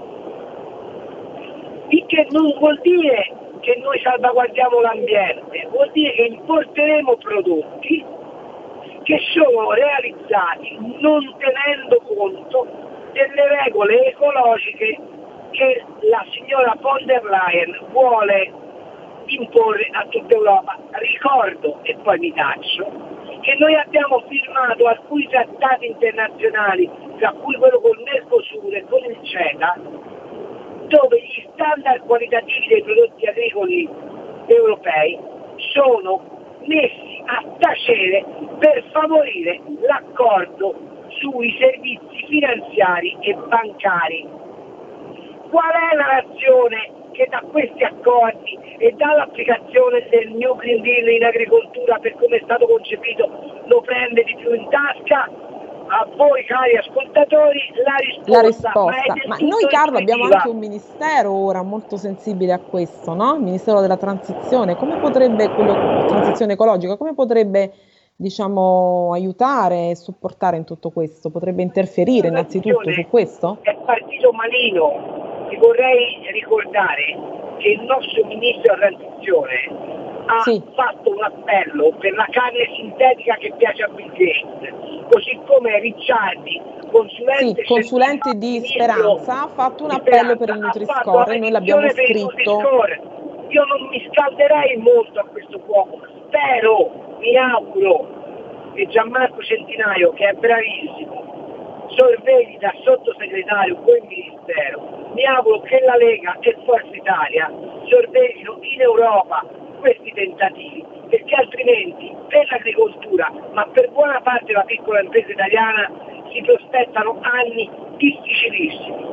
Il che non vuol dire che noi salvaguardiamo l'ambiente, vuol dire che importeremo prodotti che sono realizzati non tenendo conto delle regole ecologiche che la signora von der Leyen vuole imporre a tutta Europa. Ricordo, e poi mi taccio, che noi abbiamo firmato alcuni trattati internazionali, tra cui quello col Mercosur e con il CETA, dove gli standard qualitativi dei prodotti agricoli europei sono messi a tacere per favorire l'accordo sui servizi finanziari e bancari. Qual è la nazione che da questi accordi e dall'applicazione del New Green Deal in agricoltura, per come è stato concepito, lo prende di più in tasca? A voi cari ascoltatori la risposta, La risposta. ma, è del Ma tutto noi, Carlo, abbiamo intuitiva. anche un ministero ora molto sensibile a questo, no? Il Ministero della Transizione. Come potrebbe, quello, transizione ecologica, come potrebbe, diciamo, aiutare e supportare in tutto questo? Potrebbe interferire innanzitutto su questo? È partito malino. Ti vorrei ricordare che il nostro ministro della transizione ha Sì. fatto un appello per la carne sintetica che piace a Bill Gates, così come Ricciardi, consulente, Sì, consulente di ministro Speranza, ha fatto un di appello per il Speranza, ha fatto Nutri-Score e noi l'abbiamo la petizione per il scritto. Nutri-Score. Io non mi scalderei molto a questo fuoco, spero, mi auguro che Gianmarco Centinaio, che è bravissimo, sorvegli da sottosegretario quel ministero. Mi auguro che la Lega e Forza Italia sorveglino in Europa questi tentativi, perché altrimenti per l'agricoltura, ma per buona parte della piccola impresa italiana, si prospettano anni difficilissimi.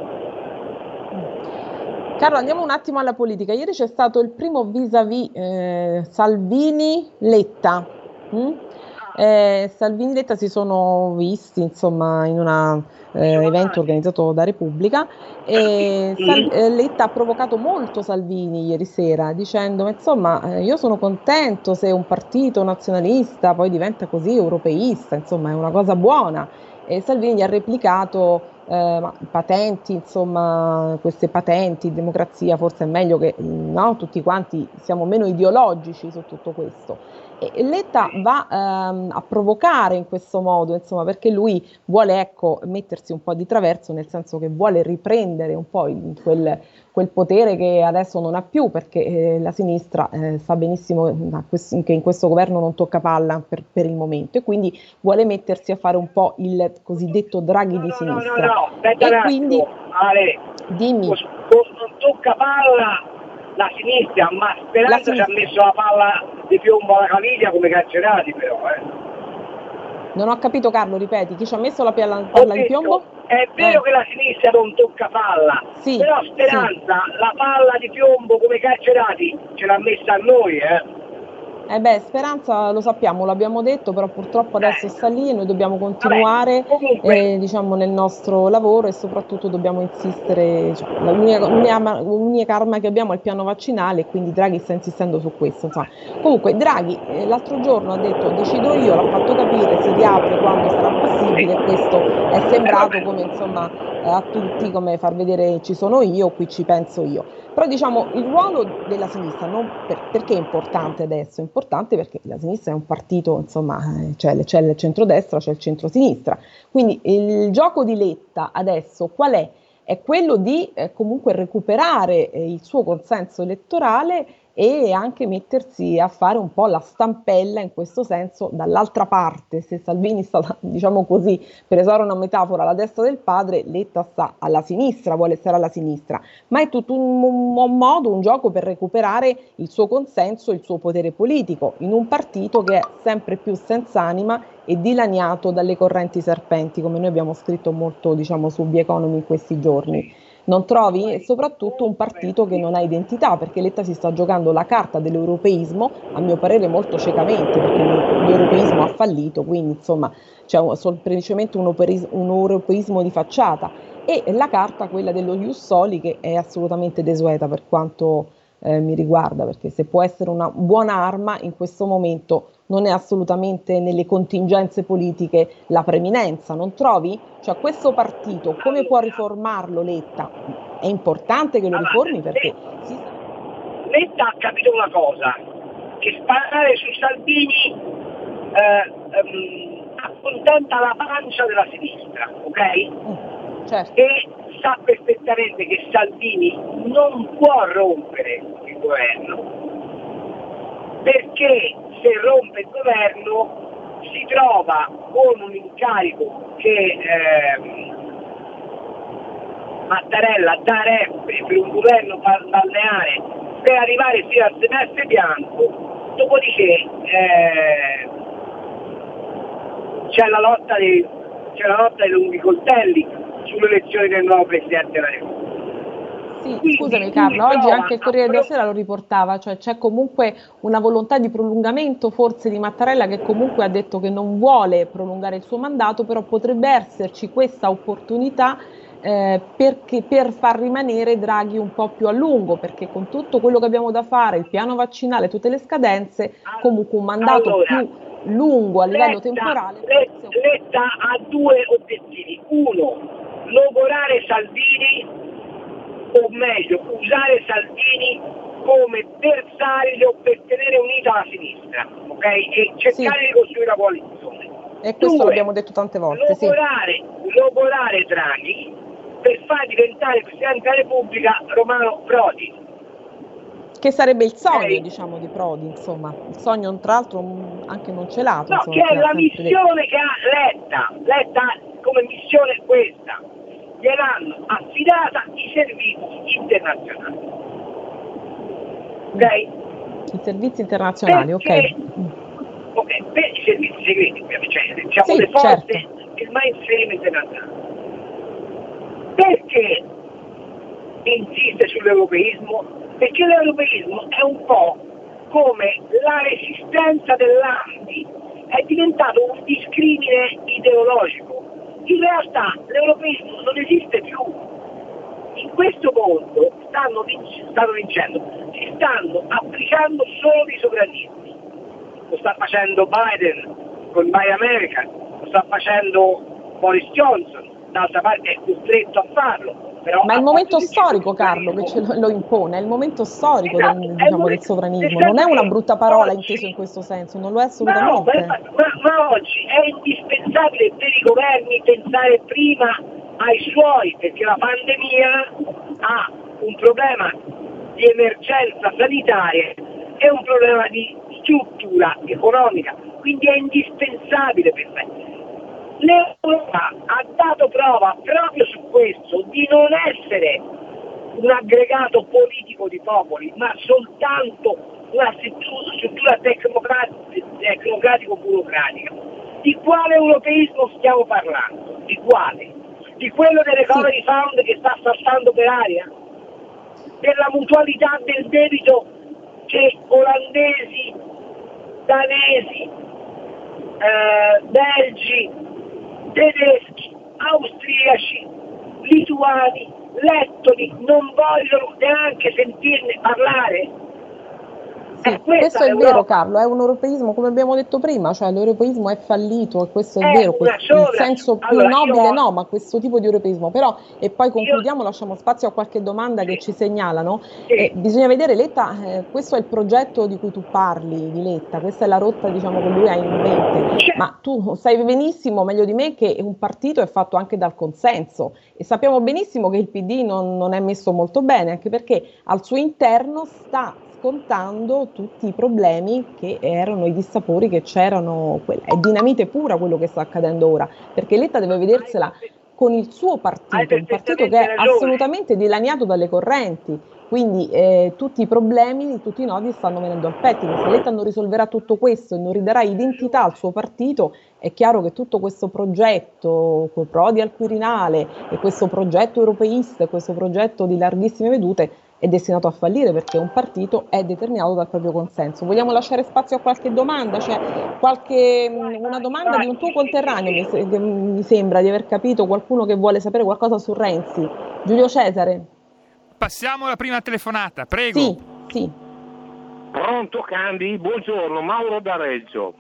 Carlo, andiamo un attimo alla politica. Ieri c'è stato il primo vis-à-vis eh, Salvini-Letta. Mm? Eh, Salvini e Letta si sono visti, insomma, in un eh, evento organizzato da Repubblica e Sal- eh, Letta ha provocato molto Salvini ieri sera dicendo, ma insomma, eh, io sono contento se un partito nazionalista poi diventa così europeista, insomma, è una cosa buona. E Salvini gli ha replicato, eh, ma patenti, insomma, queste patenti, democrazia, forse è meglio che no, tutti quanti siamo meno ideologici su tutto questo. E Letta va ehm, a provocare in questo modo, insomma, perché lui vuole, ecco, mettersi un po' di traverso, nel senso che vuole riprendere un po' il, quel, quel potere che adesso non ha più, perché eh, la sinistra eh, sa benissimo che in questo governo non tocca palla per, per il momento, e quindi vuole mettersi a fare un po' il cosiddetto Draghi di sinistra. No, no, no, aspetta e un quindi, attimo, Ale, dimmi. non tocca palla la sinistra, ma Speranza ci ha messo la palla di piombo alla caviglia come carcerati, però, eh. Non ho capito, Carlo, ripeti, chi ci ha messo la palla, palla di piombo? È vero Eh. che la sinistra non tocca palla, Sì, però Speranza la palla di piombo come carcerati ce l'ha messa a noi, eh. Eh beh, Speranza lo sappiamo, l'abbiamo detto, però purtroppo adesso sta lì e noi dobbiamo continuare eh, diciamo, nel nostro lavoro e soprattutto dobbiamo insistere, cioè, l'unica, l'unica, l'unica arma che abbiamo è il piano vaccinale e quindi Draghi sta insistendo su questo. Insomma. Comunque Draghi eh, l'altro giorno ha detto decido io, l'ha fatto capire, si riapre quando sarà possibile e questo è sembrato come insomma eh, a tutti come far vedere ci sono io, qui ci penso io. Però diciamo il ruolo della sinistra non per, perché è importante adesso? È importante perché la sinistra è un partito, insomma, c'è, c'è il centrodestra, c'è il centrosinistra. Quindi il gioco di Letta adesso qual è? È quello di eh, comunque recuperare eh, il suo consenso elettorale e anche mettersi a fare un po' la stampella in questo senso dall'altra parte. Se Salvini sta, diciamo così, per usare una metafora, alla destra del padre, Letta sta alla sinistra, vuole stare alla sinistra, ma è tutto un, un modo, un gioco per recuperare il suo consenso, il suo potere politico in un partito che è sempre più senza anima e dilaniato dalle correnti serpenti, come noi abbiamo scritto molto, diciamo, su The Economy in questi giorni. Non trovi? E soprattutto un partito che non ha identità, perché Letta si sta giocando la carta dell'europeismo, a mio parere molto ciecamente, perché l'europeismo ha fallito, quindi insomma c'è un, semplicemente un, operis, un europeismo di facciata, e la carta, quella dello Ius Soli, che è assolutamente desueta per quanto eh, mi riguarda, perché se può essere una buona arma in questo momento non è assolutamente nelle contingenze politiche la preminenza, non trovi? Cioè questo partito come può riformarlo Letta? È importante che lo riformi perché... Letta ha capito una cosa, che sparare su Salvini eh, ehm, accontenta la pancia della sinistra, ok? Mm, certo. E sa perfettamente che Salvini non può rompere il governo, perché se rompe il governo si trova con un incarico che eh, Mattarella darebbe per un governo balneare per arrivare fino al semestre bianco, dopodiché eh, c'è la lotta dei c'è la lotta dei lunghi coltelli sull'elezione del nuovo Presidente della Repubblica. Sì, scusami Carlo, oggi anche il Corriere della Sera lo riportava, cioè c'è comunque una volontà di prolungamento forse di Mattarella, che comunque ha detto che non vuole prolungare il suo mandato, però potrebbe esserci questa opportunità eh, perché, per far rimanere Draghi un po' più a lungo, perché con tutto quello che abbiamo da fare, il piano vaccinale, tutte le scadenze, comunque un mandato allora, più lungo a livello Letta, temporale. Letta, Letta ha due obiettivi: uno, logorare Salvini, o meglio, usare Salvini come bersaglio per tenere unita la sinistra, ok? E cercare sì. di costruire una coalizione. E questo Due, l'abbiamo detto tante volte. Logorare, sì. logorare Draghi per far diventare Presidente della Repubblica Romano Prodi. Che sarebbe il sogno, okay. diciamo, di Prodi, insomma. Il sogno, tra l'altro, anche non celato. No, insomma, che è la missione detto. che ha Letta. Letta come missione è questa. Gliel'hanno affidata i servizi internazionali. Ok? I servizi internazionali, Perché, ok. Ok, per i servizi segreti, cioè diciamo sì, le forze, certo. il mainstream internazionale. Perché insiste sull'europeismo? Perché l'europeismo è un po' come la resistenza dell'Andi, è diventato un discrimine ideologico. In realtà l'europeismo non esiste più. In questo mondo stanno, vinc- stanno vincendo, si stanno applicando solo i sovranismi. Lo sta facendo Biden con Buy American, lo sta facendo Boris Johnson, d'altra parte è costretto a farlo. Però ma è il momento storico, Carlo, che ce lo, lo impone, è il momento storico esatto, del, diciamo, del sovranismo, non è una brutta parola oggi, inteso in questo senso, non lo è assolutamente. No, ma, ma, ma oggi è indispensabile per i governi pensare prima ai suoi, perché la pandemia ha un problema di emergenza sanitaria e un problema di struttura economica, quindi è indispensabile per me. L'Europa ha dato prova proprio su questo di non essere un aggregato politico di popoli, ma soltanto una struttura tecnocratico-burocratica. Di quale europeismo stiamo parlando? Di quale? Di quello del Recovery Fund che sta saltando per aria? Della mutualità del debito che olandesi, danesi, eh, belgi, tedeschi, austriaci, lituani, lettoni non vogliono neanche sentirne parlare? Sì, questo è vero Carlo, è un europeismo come abbiamo detto prima, cioè l'europeismo è fallito e questo è, è vero, il senso più allora, nobile io... no, ma questo tipo di europeismo, però e poi concludiamo, io... lasciamo spazio a qualche domanda sì. che ci segnalano, sì. eh, bisogna vedere Letta, eh, questo è il progetto di cui tu parli di Letta, questa è la rotta diciamo che lui ha in mente, sì. ma tu sai benissimo meglio di me che un partito è fatto anche dal consenso e sappiamo benissimo che il P D non, non è messo molto bene, anche perché al suo interno sta scontando tutti i problemi che erano, i dissapori che c'erano. È dinamite pura quello che sta accadendo ora, perché Letta deve vedersela con il suo partito, un partito che è assolutamente dilaniato dalle correnti, quindi eh, tutti i problemi, tutti i nodi stanno venendo al pettine. Se Letta non risolverà tutto questo e non ridarà identità al suo partito, è chiaro che tutto questo progetto Prodi al Quirinale e questo progetto europeista e questo progetto di larghissime vedute è destinato a fallire, perché un partito è determinato dal proprio consenso. Vogliamo lasciare spazio a qualche domanda? C'è qualche, una domanda di un tuo conterraneo, mi, se, mi sembra di aver capito, qualcuno che vuole sapere qualcosa su Renzi. Giulio Cesare. Passiamo alla prima telefonata, prego. Sì, sì. Pronto Candi? Buongiorno, Mauro da Reggio.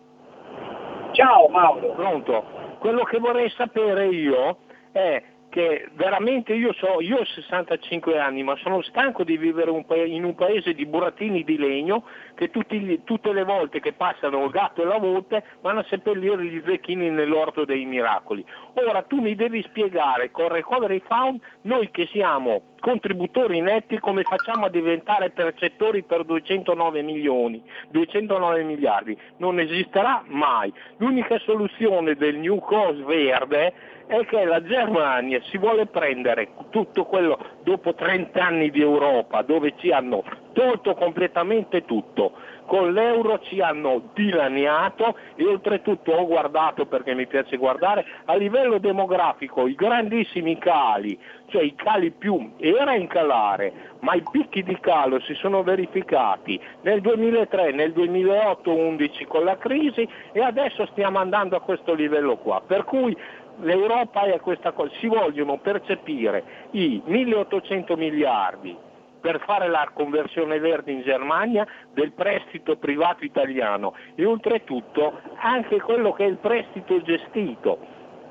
Ciao Mauro. Pronto? Quello che vorrei sapere io è che veramente io so, io ho sessantacinque anni, ma sono stanco di vivere un pa- in un paese di burattini di legno che tutti gli, tutte le volte che passano il gatto e la volpe vanno a seppellire gli zecchini nell'orto dei miracoli. Ora tu mi devi spiegare con Recovery Fund, noi che siamo contributori netti, come facciamo a diventare percettori per duecentonove milioni, duecentonove miliardi? Non esisterà mai. L'unica soluzione del New Coast verde è che la Germania si vuole prendere tutto quello dopo trenta anni di Europa, dove ci hanno tolto completamente tutto, con l'euro ci hanno dilaniato e oltretutto ho guardato, perché mi piace guardare, a livello demografico i grandissimi cali, cioè i cali più, era in calare, ma i picchi di calo si sono verificati nel duemilatré, nel duemilaotto undici con la crisi e adesso stiamo andando a questo livello qua, per cui l'Europa è questa cosa, si vogliono percepire i milleottocento miliardi per fare la conversione verde in Germania del prestito privato italiano e oltretutto anche quello che è il prestito gestito,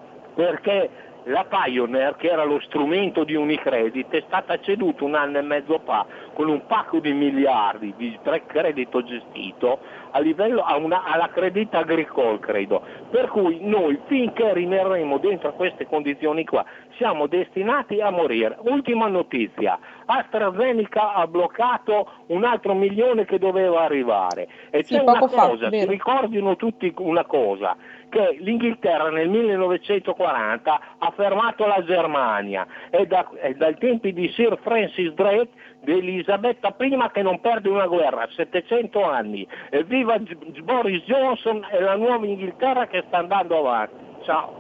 perché la Pioneer, che era lo strumento di Unicredit, è stata ceduta un anno e mezzo fa con un pacco di miliardi di credito gestito a livello a una, alla Crédit Agricole, credo. Per cui noi, finché rimarremo dentro queste condizioni qua, siamo destinati a morire. Ultima notizia, AstraZeneca ha bloccato un altro milione che doveva arrivare. E sì, c'è una cosa, fa, si ricordino tutti una cosa, che l'Inghilterra nel millenovecentoquaranta ha fermato la Germania, è, da, è dai tempi di Sir Francis Drake, di Elisabetta prima, che non perde una guerra, settecento anni. Evviva Boris Johnson e la nuova Inghilterra che sta andando avanti. Ciao.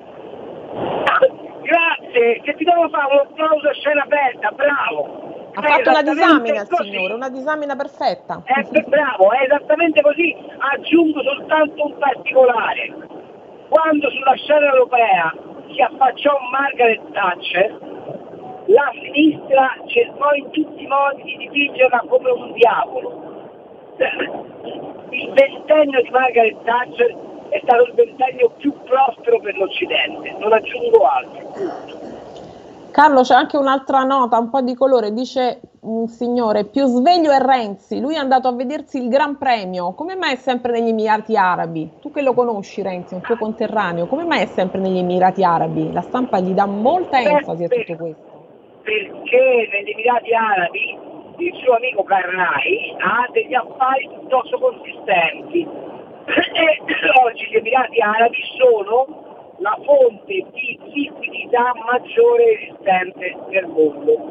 Grazie, che ti devo fare un applauso a scena aperta, bravo. Ha fatto una disamina il signore, una disamina perfetta. È bravo, è esattamente così. Aggiungo soltanto un particolare. Quando sulla scena europea si affacciò Margaret Thatcher, la sinistra cercò in tutti i modi di dipingerla come un diavolo. Il ventennio di Margaret Thatcher è stato il ventennio più prospero per l'Occidente, non aggiungo altro. Carlo, c'è anche un'altra nota, un po' di colore, dice un signore, più sveglio è Renzi, lui è andato a vedersi il Gran Premio, come mai è sempre negli Emirati Arabi? Tu che lo conosci Renzi, un tuo conterraneo, come mai è sempre negli Emirati Arabi? La stampa gli dà molta enfasi a tutto questo. Perché negli Emirati Arabi il suo amico Carnai ha degli affari piuttosto consistenti e oggi gli Emirati Arabi sono la fonte di liquidità maggiore esistente nel mondo.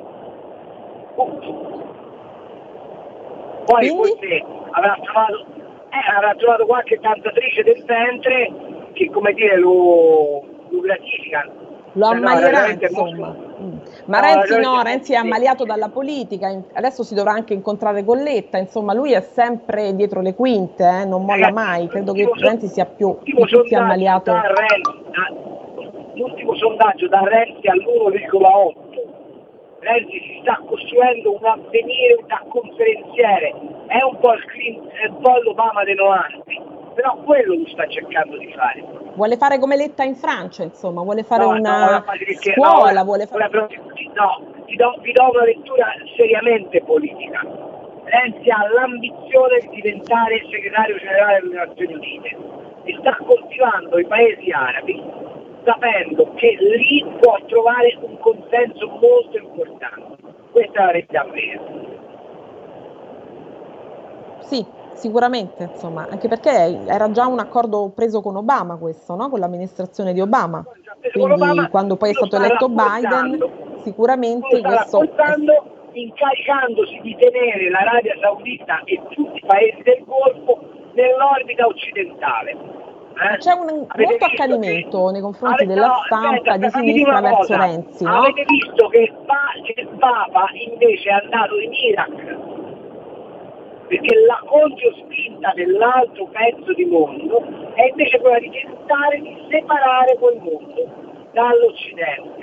Poi Quindi? forse avrà trovato, eh, avrà trovato qualche cantatrice del ventre che, come dire, lo, lo gratifica. Lo ammalierà, no, insomma. Mm. Ma no, Renzi no, Renzi è sì. ammaliato dalla politica, adesso si dovrà anche incontrare con Letta, insomma lui è sempre dietro le quinte, eh? Non molla mai, credo che Renzi sia più di tutti ammaliato. Da Renzi, l'ultimo sondaggio da Renzi all'uno virgola otto. Renzi si sta costruendo un avvenire da conferenziere, è un po' il Clinton, è un po' l'Obama dei novanta, però quello lo sta cercando di fare. Vuole fare come Letta in Francia, insomma, vuole fare no, una no, scuola, no, vuole fare... No, ti do, vi do una lettura seriamente politica. Renzi ha l'ambizione di diventare il segretario generale delle Nazioni Unite e sta coltivando i paesi arabi sapendo che lì può trovare un consenso molto importante. Questa è la verità vera. Sì, sicuramente, insomma, anche perché era già un accordo preso con Obama questo, no? Con l'amministrazione di Obama. Quindi Obama, quando poi è stato eletto Biden, sicuramente lo sta questo... rafforzando, incaricandosi di tenere l'Arabia Saudita e tutti i paesi del Golfo nell'orbita occidentale. Eh? C'è un molto accanimento nei confronti avete, della no, stampa aspetta, di sinistra verso cosa. Renzi, no? Avete visto che, che il Papa invece è andato in Iraq, perché la controspinta dell'altro pezzo di mondo è invece quella di tentare di separare quel mondo dall'Occidente.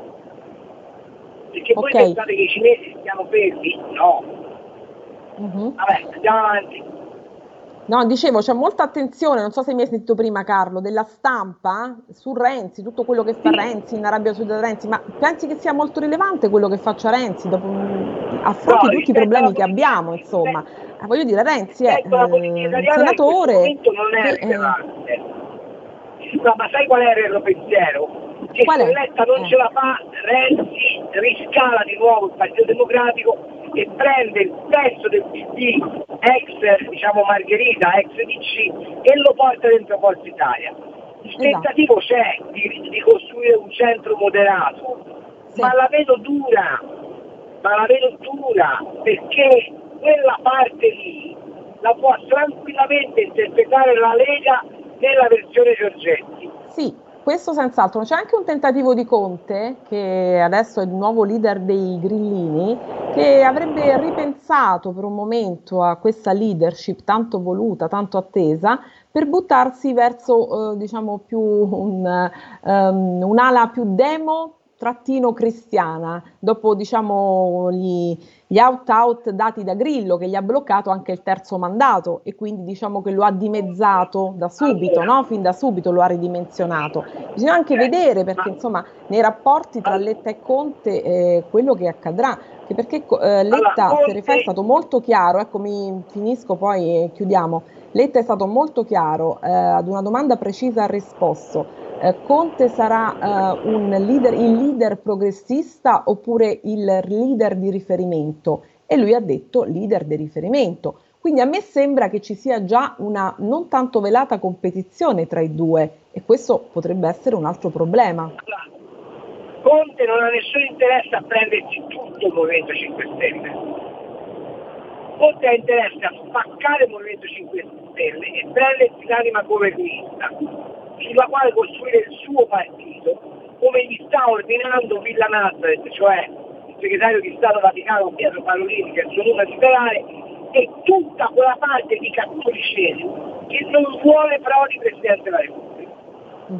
Perché voi okay. pensate che i cinesi stiano fermi? No. Uh-huh. Vabbè, andiamo avanti. No, dicevo, c'è molta attenzione, non so se mi hai sentito prima Carlo, della stampa su Renzi, tutto quello che fa Renzi in Arabia Saudita Renzi, ma pensi che sia molto rilevante quello che faccia Renzi dopo, a fronte di tutti i problemi che abbiamo, insomma? Eh, voglio dire, Renzi è eh, un senatore non è che, rilevante. Eh... No, ma sai qual è il pensiero? Che qual se è? Letta non eh. ce la fa, Renzi riscala di nuovo il Partito Democratico e prende il pezzo del P D ex, diciamo, Margherita, ex D C, e lo porta dentro Forza Italia. Il esatto. tentativo c'è di, di costruire un centro moderato, sì. ma la vedo dura, ma la vedo dura, perché quella parte lì la può tranquillamente interpretare la Lega nella versione Giorgetti. Sì. Questo senz'altro. C'è anche un tentativo di Conte, che adesso è il nuovo leader dei Grillini, che avrebbe ripensato per un momento a questa leadership tanto voluta, tanto attesa, per buttarsi verso eh, diciamo più un, um, un'ala più demo trattino cristiana, dopo diciamo gli, gli out-out dati da Grillo, che gli ha bloccato anche il terzo mandato e quindi diciamo che lo ha dimezzato da subito, no? Fin da subito lo ha ridimensionato. Bisogna anche vedere, perché insomma nei rapporti tra Letta e Conte eh, quello che accadrà, anche perché eh, Letta è stato molto chiaro, ecco mi finisco poi e chiudiamo, Letta è stato molto chiaro, eh, ad una domanda precisa ha risposto. Eh, Conte sarà eh, un leader, il leader progressista oppure il leader di riferimento? E lui ha detto leader di riferimento. Quindi a me sembra che ci sia già una non tanto velata competizione tra i due e questo potrebbe essere un altro problema. Conte non ha nessun interesse a prendersi tutto il Movimento cinque Stelle. Conte ha interesse a spaccare il Movimento cinque Stelle e prendersi l'anima governista, sulla quale costruire il suo partito, come gli sta ordinando Villa Nazareth, cioè il segretario di Stato Vaticano Pietro Parolini, che è il suo nome liberale, e tutta quella parte di cattolicesimo che non vuole Prodi Presidente della Repubblica. Mm.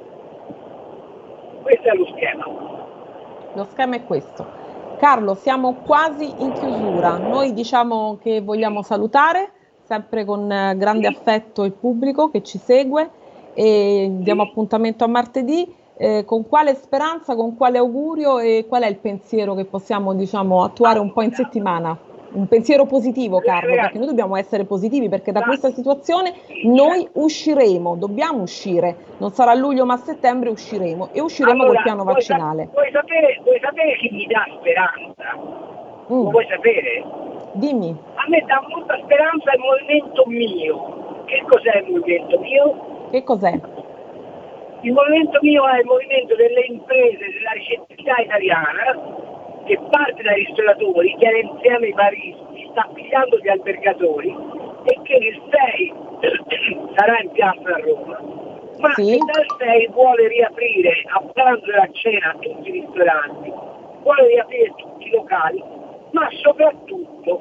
Questo è lo schema. Lo schema è questo. Carlo, siamo quasi in chiusura. Noi diciamo che vogliamo salutare sempre con grande affetto il pubblico che ci segue e diamo appuntamento a martedì. Eh, con quale speranza, con quale augurio e qual è il pensiero che possiamo diciamo attuare un po' in settimana? Un pensiero positivo, Carlo, perché noi dobbiamo essere positivi, perché da questa situazione noi usciremo, dobbiamo uscire, non sarà a luglio ma a settembre usciremo e usciremo allora, col piano vaccinale. Vuoi, sa- vuoi, sapere, vuoi sapere chi mi dà speranza? Mm. Lo vuoi sapere? Dimmi. A me dà molta speranza il Movimento Mio. Che cos'è il Movimento Mio? Che cos'è? Il Movimento Mio è il movimento delle imprese della ricettività italiana, che parte dai ristoratori, tiene insieme i baristi, sta pigliando gli albergatori e che il sei sarà in piazza a Roma, ma sì. che dal sei vuole riaprire a pranzo e a cena tutti i ristoranti, vuole riaprire tutti i locali, ma soprattutto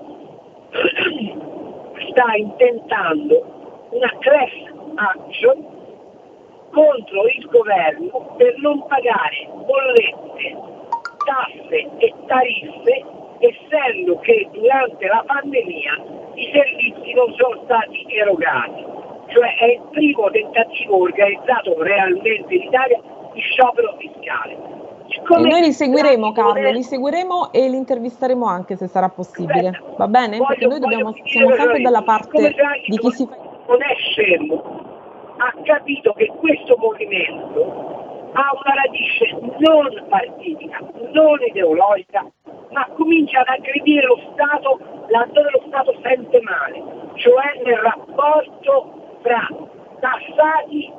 sta intentando una class action contro il governo per non pagare bollette, tasse e tariffe, essendo che durante la pandemia i servizi non sono stati erogati. Cioè è il primo tentativo organizzato realmente in Italia di sciopero fiscale. Siccome e noi li seguiremo, Carlo, è... li seguiremo e li intervisteremo anche se sarà possibile. Beh, va bene? Voglio, Perché noi dobbiamo, siamo sempre dalla parte di chi si fa. Non è scemo, ha capito che questo movimento ha una radice non partitica, non ideologica, ma comincia ad aggredire lo Stato laddove lo Stato sente male, cioè nel rapporto tra tassati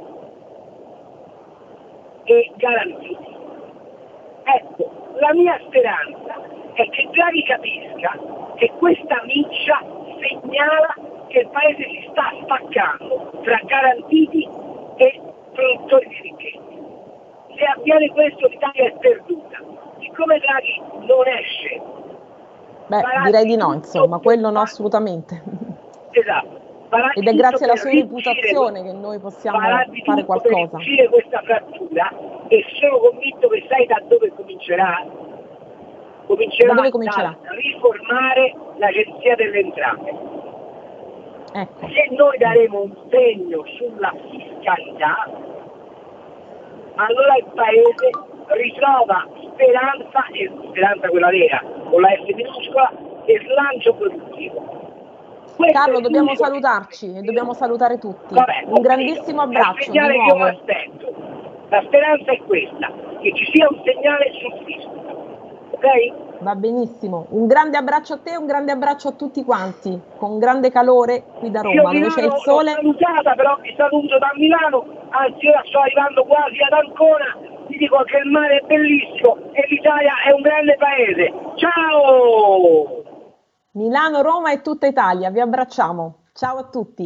e garantiti. Ecco, la mia speranza è che Draghi capisca che questa miccia segnala che il Paese si sta spaccando tra garantiti e produttori di ricchezza. Se avviene questo l'Italia è perduta. Siccome Draghi non esce, beh, direi di no, insomma, quello no assolutamente. Esatto. Ed è grazie alla sua reputazione che noi possiamo fare qualcosa. Per riuscire questa frattura, e sono convinto che sai da dove comincerà? Comincerà, da dove comincerà? a riformare l'Agenzia delle Entrate. Ecco. Se noi daremo un segno sulla fiscalità, allora il Paese ritrova speranza, e speranza quella vera, con la S minuscola, e slancio produttivo. Questo Carlo, dobbiamo salutarci e dobbiamo salutare tutti. Vabbè, un grandissimo abbraccio di segnale nuovo. Io aspetto. La speranza è questa, che ci sia un segnale sul fisco. Ok? Va benissimo. Un grande abbraccio a te e un grande abbraccio a tutti quanti, con grande calore qui da Roma, Io dove c'è il sole. L'ho salutata, però vi saluto da Milano, anzi ora sto arrivando quasi ad Ancona, vi dico che il mare è bellissimo e l'Italia è un grande paese. Ciao! Milano, Roma e tutta Italia, vi abbracciamo. Ciao a tutti.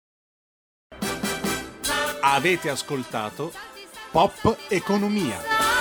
Avete ascoltato Pop Economia.